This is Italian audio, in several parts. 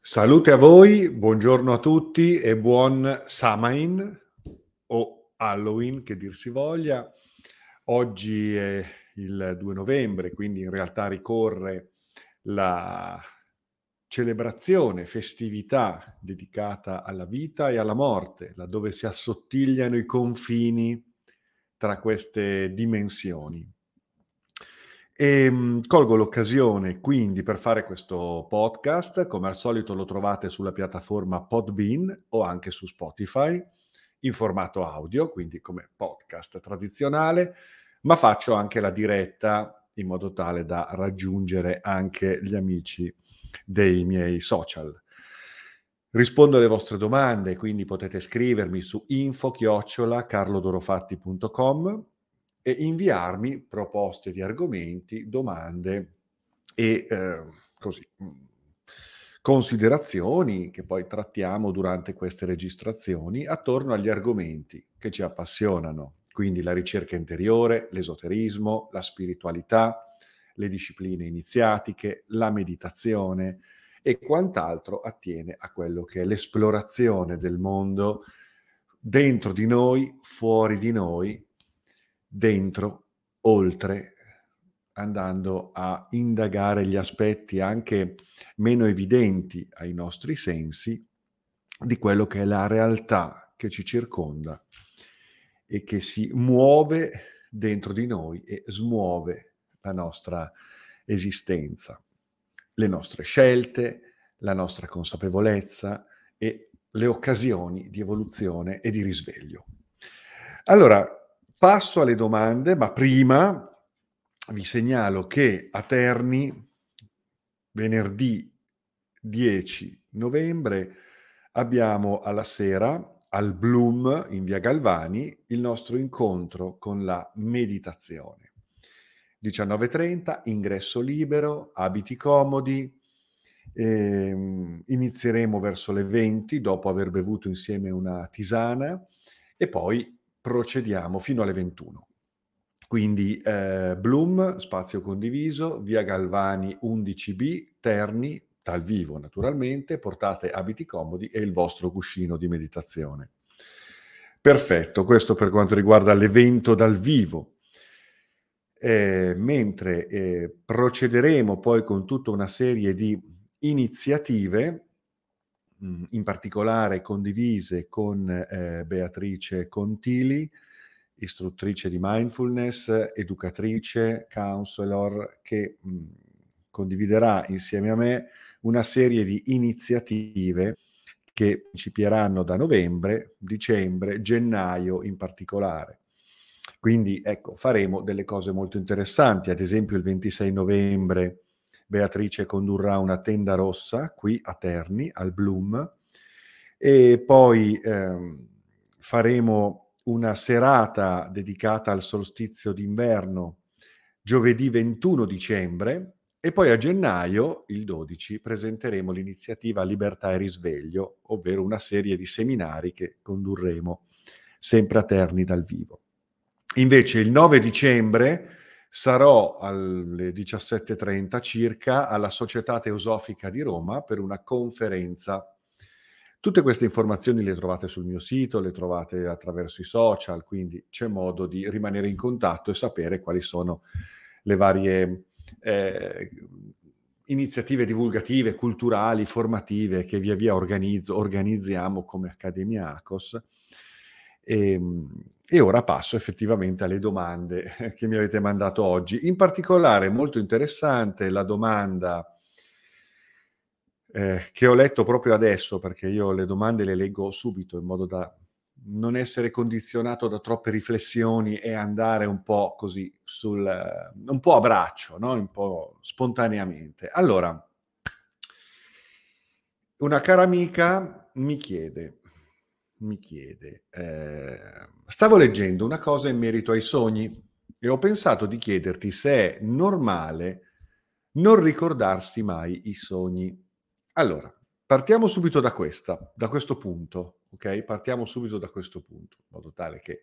Salute a voi, buongiorno a tutti e buon Samain o Halloween che dir si voglia. Oggi è il 2 novembre, quindi in realtà ricorre la celebrazione, festività dedicata alla vita e alla morte, laddove si assottigliano i confini tra queste dimensioni. Colgo l'occasione quindi per fare questo podcast. Come al solito lo trovate sulla piattaforma Podbean o anche su Spotify in formato audio, quindi come podcast tradizionale, ma faccio anche la diretta in modo tale da raggiungere anche gli amici dei miei social. Rispondo alle vostre domande, quindi potete scrivermi su info@carlodorofatti.com e inviarmi proposte di argomenti, domande e considerazioni che poi trattiamo durante queste registrazioni attorno agli argomenti che ci appassionano, quindi la ricerca interiore, l'esoterismo, la spiritualità, le discipline iniziatiche, la meditazione e quant'altro attiene a quello che è l'esplorazione del mondo dentro di noi, fuori di noi, dentro, oltre, andando a indagare gli aspetti anche meno evidenti ai nostri sensi di quello che è la realtà che ci circonda e che si muove dentro di noi e smuove la nostra esistenza, le nostre scelte, la nostra consapevolezza e le occasioni di evoluzione e di risveglio. Allora, passo alle domande, ma prima vi segnalo che a Terni, venerdì 10 novembre, abbiamo alla sera, al Bloom in via Galvani, il nostro incontro con la meditazione. 19:30, ingresso libero, abiti comodi. Inizieremo verso le 20 dopo aver bevuto insieme una tisana e poi procediamo fino alle 21. Quindi Bloom, spazio condiviso, via Galvani 11B, Terni, dal vivo naturalmente, portate abiti comodi e il vostro cuscino di meditazione. Perfetto, questo per quanto riguarda l'evento dal vivo. Mentre procederemo poi con tutta una serie di iniziative, in particolare condivise con Beatrice Contili, istruttrice di mindfulness, educatrice, counselor, che condividerà insieme a me una serie di iniziative che principieranno da novembre, dicembre, gennaio in particolare. Quindi ecco, faremo delle cose molto interessanti. Ad esempio il 26 novembre Beatrice condurrà una tenda rossa qui a Terni, al Bloom, e poi faremo una serata dedicata al solstizio d'inverno giovedì 21 dicembre e poi a gennaio, il 12, presenteremo l'iniziativa Libertà e Risveglio, ovvero una serie di seminari che condurremo sempre a Terni dal vivo. Invece il 9 dicembre sarò alle 17:30 circa alla Società Teosofica di Roma per una conferenza. Tutte queste informazioni le trovate sul mio sito, le trovate attraverso i social, quindi c'è modo di rimanere in contatto e sapere quali sono le varie iniziative divulgative, culturali, formative che via via organizziamo come Accademia ACOS. E ora passo effettivamente alle domande che mi avete mandato oggi. In particolare molto interessante la domanda che ho letto proprio adesso, perché io le domande le leggo subito in modo da non essere condizionato da troppe riflessioni e andare un po' così un po' a braccio, no? Un po' spontaneamente. Allora, una cara amica mi chiede, stavo leggendo una cosa in merito ai sogni e ho pensato di chiederti se è normale non ricordarsi mai i sogni. Allora, partiamo subito da questo punto, ok? Partiamo subito da questo punto, in modo tale che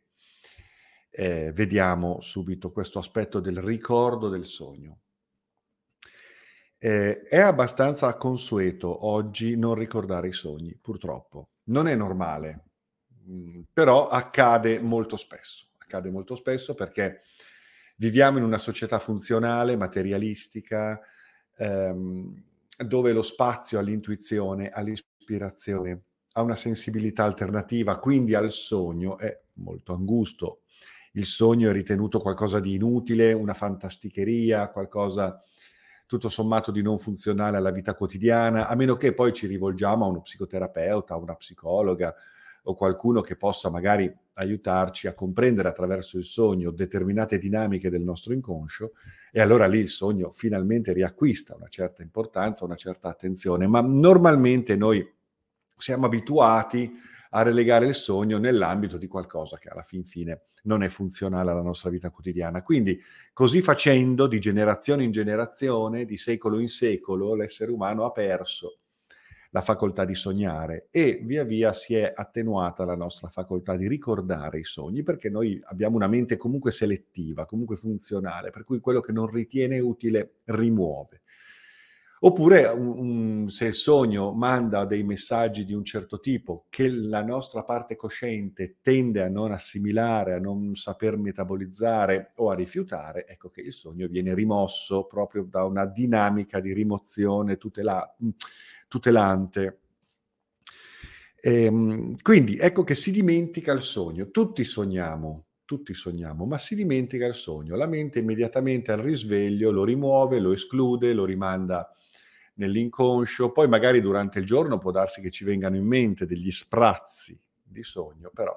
vediamo subito questo aspetto del ricordo del sogno. È abbastanza consueto oggi non ricordare i sogni, purtroppo. Non è normale, però accade molto spesso perché viviamo in una società funzionale, materialistica, ehm, dove lo spazio all'intuizione, all'ispirazione, a una sensibilità alternativa, quindi al sogno, è molto angusto. Il sogno è ritenuto qualcosa di inutile, una fantasticheria, qualcosa tutto sommato di non funzionale alla vita quotidiana, a meno che poi ci rivolgiamo a uno psicoterapeuta, a una psicologa o qualcuno che possa magari aiutarci a comprendere attraverso il sogno determinate dinamiche del nostro inconscio, e allora lì il sogno finalmente riacquista una certa importanza, una certa attenzione, ma normalmente noi siamo abituati a relegare il sogno nell'ambito di qualcosa che alla fin fine non è funzionale alla nostra vita quotidiana. Quindi, così facendo, di generazione in generazione, di secolo in secolo, l'essere umano ha perso la facoltà di sognare e via via si è attenuata la nostra facoltà di ricordare i sogni, perché noi abbiamo una mente comunque selettiva, comunque funzionale, per cui quello che non ritiene utile rimuove. Oppure se il sogno manda dei messaggi di un certo tipo che la nostra parte cosciente tende a non assimilare, a non saper metabolizzare o a rifiutare, ecco che il sogno viene rimosso proprio da una dinamica di rimozione tutelante. Quindi ecco che si dimentica il sogno. Tutti sogniamo, ma si dimentica il sogno. La mente immediatamente al risveglio lo rimuove, lo esclude, lo rimanda nell'inconscio. Poi magari durante il giorno può darsi che ci vengano in mente degli sprazzi di sogno, però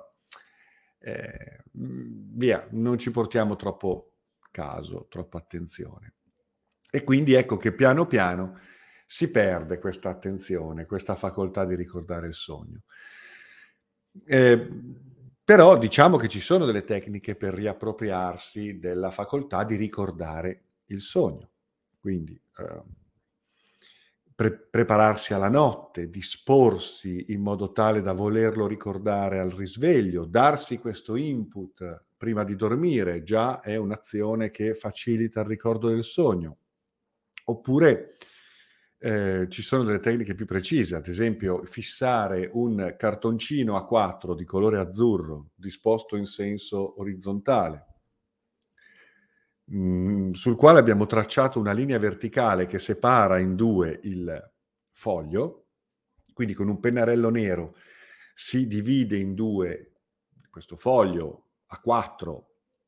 via, non ci portiamo troppo caso, troppa attenzione. E quindi ecco che piano piano si perde questa attenzione, questa facoltà di ricordare il sogno. Però diciamo che ci sono delle tecniche per riappropriarsi della facoltà di ricordare il sogno. Quindi prepararsi alla notte, disporsi in modo tale da volerlo ricordare al risveglio, darsi questo input prima di dormire, già è un'azione che facilita il ricordo del sogno. Oppure ci sono delle tecniche più precise, ad esempio fissare un cartoncino A4 di colore azzurro disposto in senso orizzontale, sul quale abbiamo tracciato una linea verticale che separa in due il foglio, quindi con un pennarello nero si divide in due questo foglio A4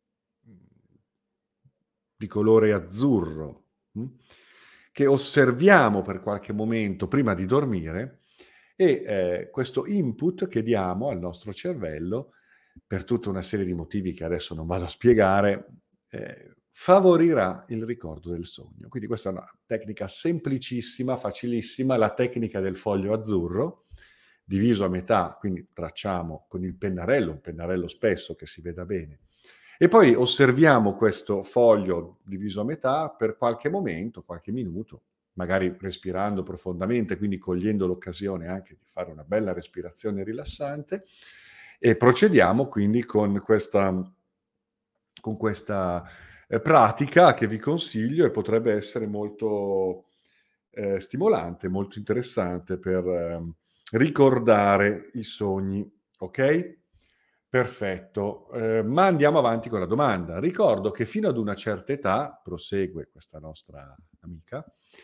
di colore azzurro, che osserviamo per qualche momento prima di dormire, e questo input che diamo al nostro cervello, per tutta una serie di motivi che adesso non vado a spiegare, favorirà il ricordo del sogno. Quindi questa è una tecnica semplicissima, facilissima, la tecnica del foglio azzurro, diviso a metà, quindi tracciamo con il pennarello, un pennarello spesso che si veda bene, e poi osserviamo questo foglio diviso a metà per qualche momento, qualche minuto, magari respirando profondamente, quindi cogliendo l'occasione anche di fare una bella respirazione rilassante, e procediamo quindi con questa pratica che vi consiglio e potrebbe essere molto stimolante, molto interessante per ricordare i sogni, ok? Perfetto, ma andiamo avanti con la domanda. Ricordo che fino ad una certa età, prosegue questa nostra amica,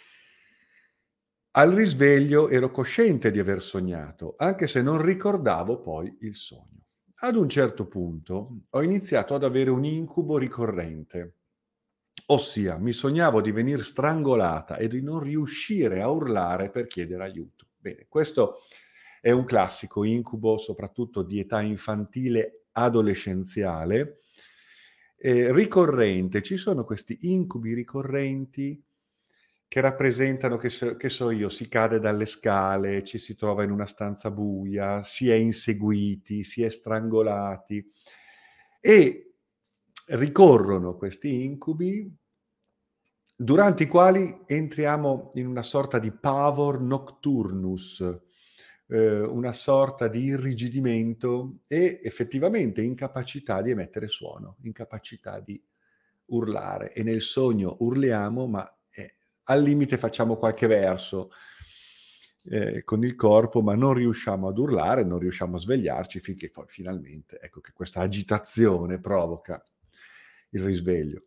al risveglio ero cosciente di aver sognato, anche se non ricordavo poi il sogno. Ad un certo punto ho iniziato ad avere un incubo ricorrente, ossia mi sognavo di venir strangolata e di non riuscire a urlare per chiedere aiuto. Bene, questo è un classico incubo, soprattutto di età infantile adolescenziale, ricorrente. Ci sono questi incubi ricorrenti che rappresentano, che so io, si cade dalle scale, ci si trova in una stanza buia, si è inseguiti, si è strangolati, e ricorrono questi incubi durante i quali entriamo in una sorta di pavor nocturnus, una sorta di irrigidimento e effettivamente incapacità di emettere suono, incapacità di urlare. E nel sogno urliamo, ma al limite facciamo qualche verso con il corpo, ma non riusciamo ad urlare, non riusciamo a svegliarci finché poi finalmente, ecco, che questa agitazione provoca il risveglio.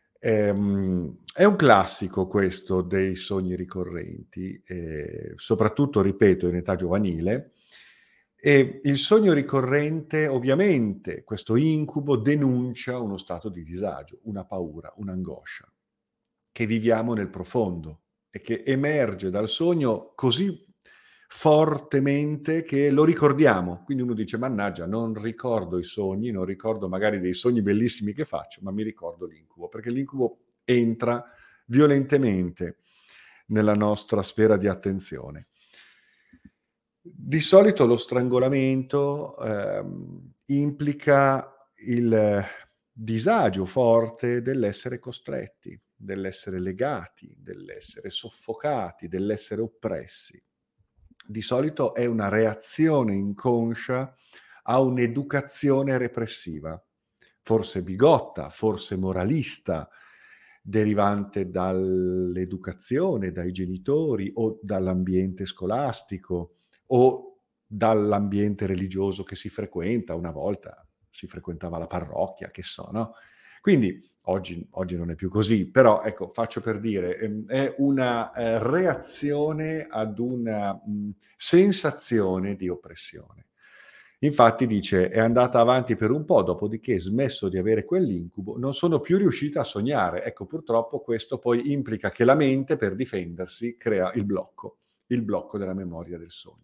È un classico questo dei sogni ricorrenti, soprattutto, ripeto, in età giovanile. E il sogno ricorrente, ovviamente, questo incubo denuncia uno stato di disagio, una paura, un'angoscia che viviamo nel profondo e che emerge dal sogno così fortemente che lo ricordiamo. Quindi uno dice: "Mannaggia, non ricordo i sogni, non ricordo magari dei sogni bellissimi che faccio, ma mi ricordo l'incubo", perché l'incubo entra violentemente nella nostra sfera di attenzione. Di solito lo strangolamento, implica il disagio forte dell'essere costretti, dell'essere legati, dell'essere soffocati, dell'essere oppressi. Di solito è una reazione inconscia a un'educazione repressiva, forse bigotta, forse moralista, derivante dall'educazione, dai genitori o dall'ambiente scolastico o dall'ambiente religioso che si frequenta. Una volta si frequentava la parrocchia, che so, no? Quindi oggi non è più così, però ecco, faccio per dire, è una reazione ad una sensazione di oppressione. Infatti dice, è andata avanti per un po', dopodiché smesso di avere quell'incubo, non sono più riuscita a sognare. Ecco, purtroppo questo poi implica che la mente, per difendersi, crea il blocco della memoria del sogno.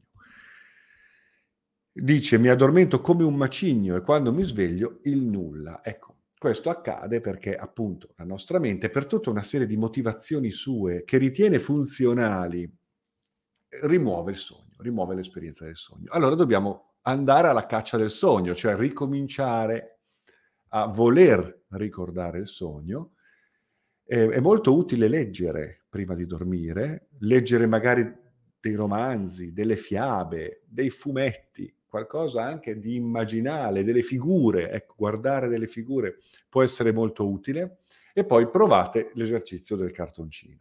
Dice, mi addormento come un macigno e quando mi sveglio il nulla. Ecco, questo accade perché appunto la nostra mente, per tutta una serie di motivazioni sue che ritiene funzionali, rimuove il sogno, rimuove l'esperienza del sogno. Allora dobbiamo andare alla caccia del sogno, cioè ricominciare a voler ricordare il sogno. È molto utile leggere prima di dormire, leggere magari dei romanzi, delle fiabe, dei fumetti, qualcosa anche di immaginale, delle figure, ecco, guardare delle figure può essere molto utile, e poi provate l'esercizio del cartoncino.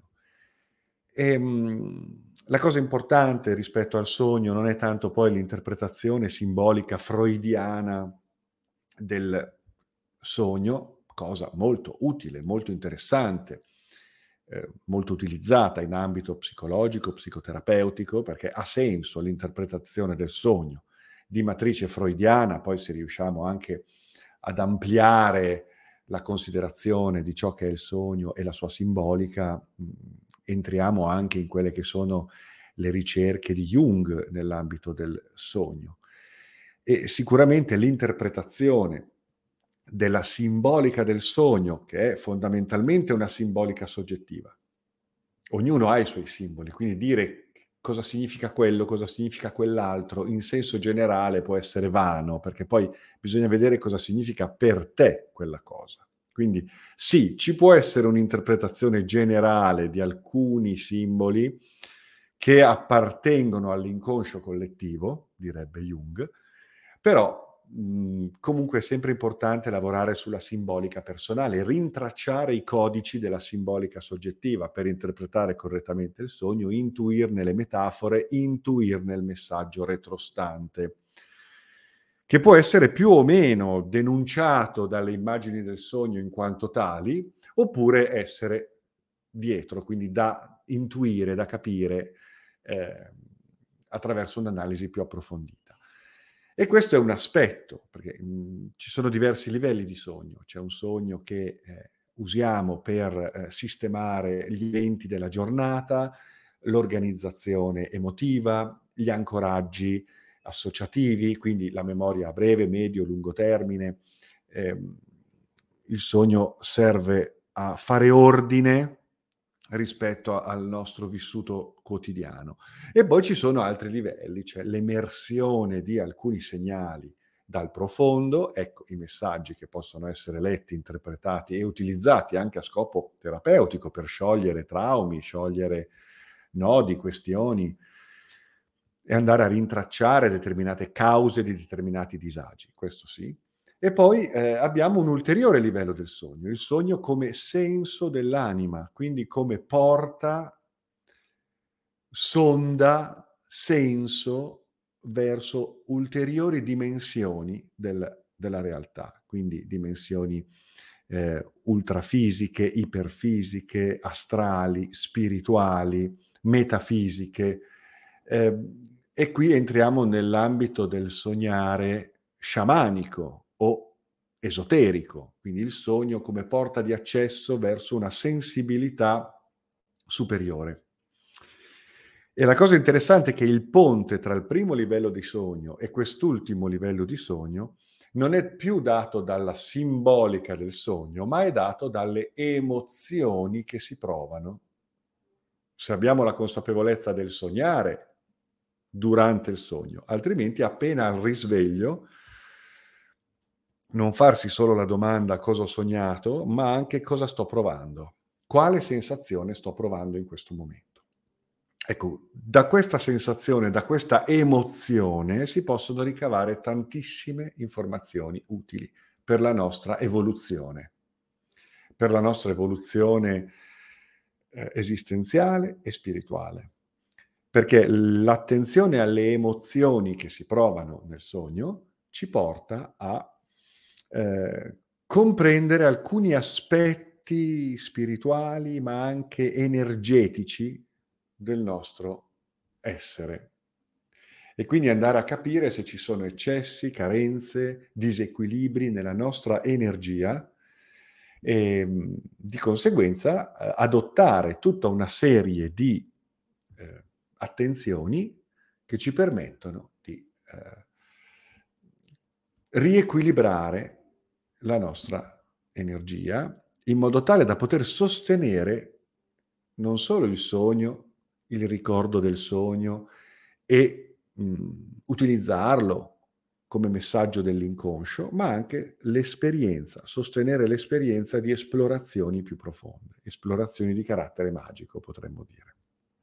La cosa importante rispetto al sogno non è tanto poi l'interpretazione simbolica freudiana del sogno, cosa molto utile, molto interessante, molto utilizzata in ambito psicologico, psicoterapeutico, perché ha senso l'interpretazione del sogno di matrice freudiana. Poi se riusciamo anche ad ampliare la considerazione di ciò che è il sogno e la sua simbolica, entriamo anche in quelle che sono le ricerche di Jung nell'ambito del sogno. E sicuramente l'interpretazione della simbolica del sogno, che è fondamentalmente una simbolica soggettiva. Ognuno ha i suoi simboli, quindi dire cosa significa quello, cosa significa quell'altro, in senso generale può essere vano, perché poi bisogna vedere cosa significa per te quella cosa. Quindi sì, ci può essere un'interpretazione generale di alcuni simboli che appartengono all'inconscio collettivo, direbbe Jung, però comunque è sempre importante lavorare sulla simbolica personale, rintracciare i codici della simbolica soggettiva per interpretare correttamente il sogno, intuirne le metafore, intuirne il messaggio retrostante, che può essere più o meno denunciato dalle immagini del sogno in quanto tali, oppure essere dietro, quindi da intuire, da capire attraverso un'analisi più approfondita. E questo è un aspetto, perché ci sono diversi livelli di sogno. C'è un sogno che usiamo per sistemare gli eventi della giornata, l'organizzazione emotiva, gli ancoraggi associativi, quindi la memoria a breve, medio, lungo termine. Il sogno serve a fare ordine rispetto al nostro vissuto quotidiano. E poi ci sono altri livelli, cioè l'emersione di alcuni segnali dal profondo, ecco i messaggi che possono essere letti, interpretati e utilizzati anche a scopo terapeutico per sciogliere traumi, sciogliere nodi, questioni e andare a rintracciare determinate cause di determinati disagi, questo sì. E poi abbiamo un ulteriore livello del sogno, il sogno come senso dell'anima, quindi come porta, sonda, senso verso ulteriori dimensioni della realtà, quindi dimensioni ultrafisiche, iperfisiche, astrali, spirituali, metafisiche. E qui entriamo nell'ambito del sognare sciamanico o esoterico, quindi il sogno come porta di accesso verso una sensibilità superiore. E la cosa interessante è che il ponte tra il primo livello di sogno e quest'ultimo livello di sogno non è più dato dalla simbolica del sogno, ma è dato dalle emozioni che si provano. Se abbiamo la consapevolezza del sognare durante il sogno, altrimenti appena al risveglio non farsi solo la domanda cosa ho sognato, ma anche cosa sto provando, quale sensazione sto provando in questo momento. Ecco, da questa sensazione, da questa emozione si possono ricavare tantissime informazioni utili per la nostra evoluzione esistenziale e spirituale. Perché l'attenzione alle emozioni che si provano nel sogno ci porta a comprendere alcuni aspetti spirituali, ma anche energetici del nostro essere. E quindi andare a capire se ci sono eccessi, carenze, disequilibri nella nostra energia e di conseguenza adottare tutta una serie di attenzioni che ci permettono di riequilibrare la nostra energia in modo tale da poter sostenere non solo il sogno, il ricordo del sogno e utilizzarlo come messaggio dell'inconscio, ma anche l'esperienza, sostenere l'esperienza di esplorazioni più profonde, esplorazioni di carattere magico, potremmo dire.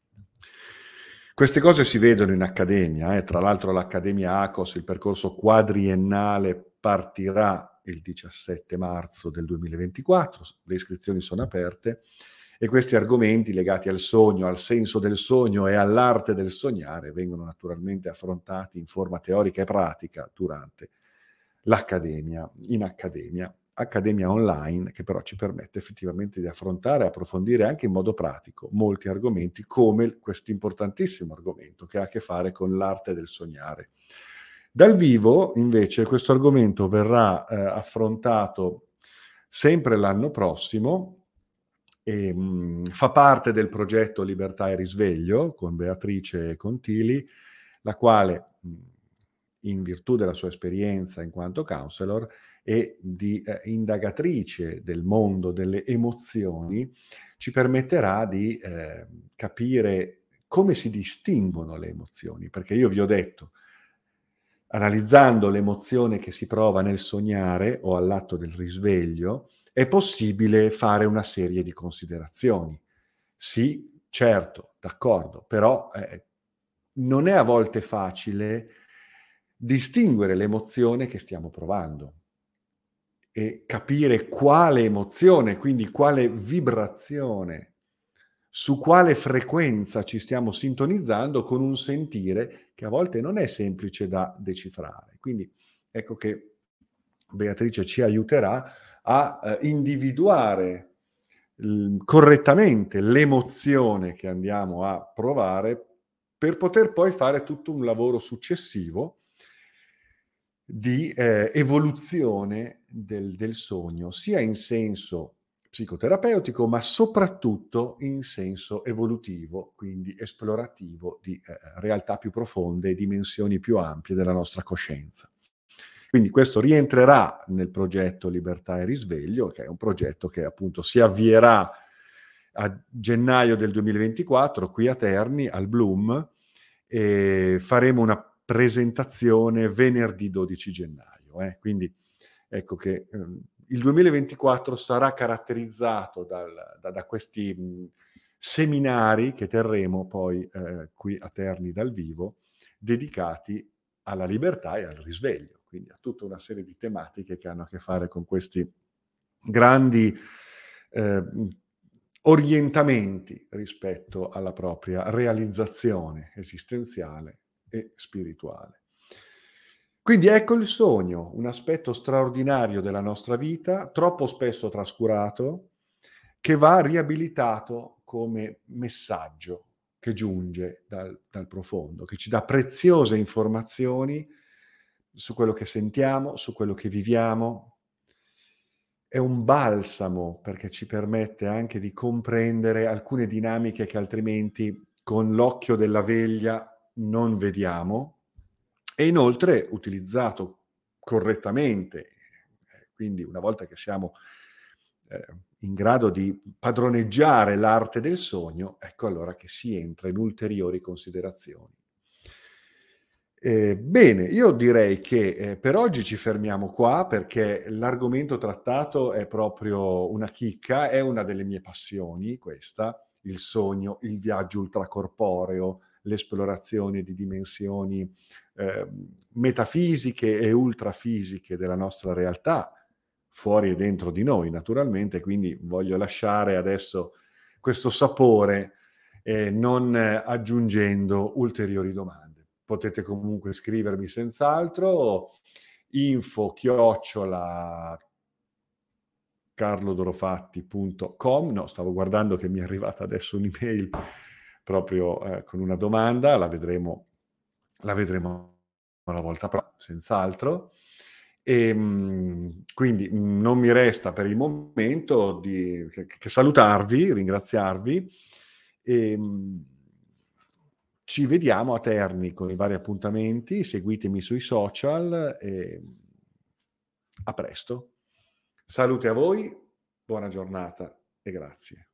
Queste cose si vedono in accademia, tra l'altro l'Accademia ACOS, il percorso quadriennale partirà il 17 marzo del 2024, le iscrizioni sono aperte e questi argomenti legati al sogno, al senso del sogno e all'arte del sognare vengono naturalmente affrontati in forma teorica e pratica durante l'accademia, in accademia online, che però ci permette effettivamente di affrontare e approfondire anche in modo pratico molti argomenti, come questo importantissimo argomento che ha a che fare con l'arte del sognare. Dal vivo, invece, questo argomento verrà affrontato sempre l'anno prossimo e fa parte del progetto Libertà e Risveglio con Beatrice Contili, la quale, in virtù della sua esperienza in quanto counselor e di indagatrice del mondo delle emozioni, ci permetterà di capire come si distinguono le emozioni, perché io vi ho detto, analizzando l'emozione che si prova nel sognare o all'atto del risveglio, è possibile fare una serie di considerazioni. Sì, certo, d'accordo, però non è a volte facile distinguere l'emozione che stiamo provando e capire quale emozione, quindi quale vibrazione, su quale frequenza ci stiamo sintonizzando con un sentire che a volte non è semplice da decifrare. Quindi ecco che Beatrice ci aiuterà a individuare correttamente l'emozione che andiamo a provare per poter poi fare tutto un lavoro successivo di evoluzione del sogno, sia in senso psicoterapeutico, ma soprattutto in senso evolutivo, quindi esplorativo di realtà più profonde e dimensioni più ampie della nostra coscienza. Quindi questo rientrerà nel progetto Libertà e Risveglio, che è un progetto che appunto si avvierà a gennaio del 2024 qui a Terni, al Bloom, e faremo una presentazione venerdì 12 gennaio. Quindi ecco che il 2024 sarà caratterizzato da questi seminari che terremo poi qui a Terni dal vivo, dedicati alla libertà e al risveglio. quindi ha tutta una serie di tematiche che hanno a che fare con questi grandi eh, orientamenti rispetto alla propria realizzazione esistenziale e spirituale. Quindi ecco il sogno, un aspetto straordinario della nostra vita, troppo spesso trascurato, che va riabilitato come messaggio che giunge dal profondo, che ci dà preziose informazioni su quello che sentiamo, su quello che viviamo. È un balsamo perché ci permette anche di comprendere alcune dinamiche che altrimenti con l'occhio della veglia non vediamo, e inoltre utilizzato correttamente, quindi una volta che siamo in grado di padroneggiare l'arte del sogno, ecco allora che si entra in ulteriori considerazioni. Bene, io direi che per oggi ci fermiamo qua perché l'argomento trattato è proprio una chicca, è una delle mie passioni questa, il sogno, il viaggio ultracorporeo, l'esplorazione di dimensioni metafisiche e ultrafisiche della nostra realtà, fuori e dentro di noi naturalmente, quindi voglio lasciare adesso questo sapore non aggiungendo ulteriori domande. Potete comunque scrivermi senz'altro, info@carlodorofatti.com. No, stavo guardando che mi è arrivata adesso un'email proprio con una domanda, la vedremo una volta senz'altro. Quindi non mi resta per il momento che salutarvi, ringraziarvi. Ci vediamo a Terni con i vari appuntamenti, seguitemi sui social e a presto. Salute a voi, buona giornata e grazie.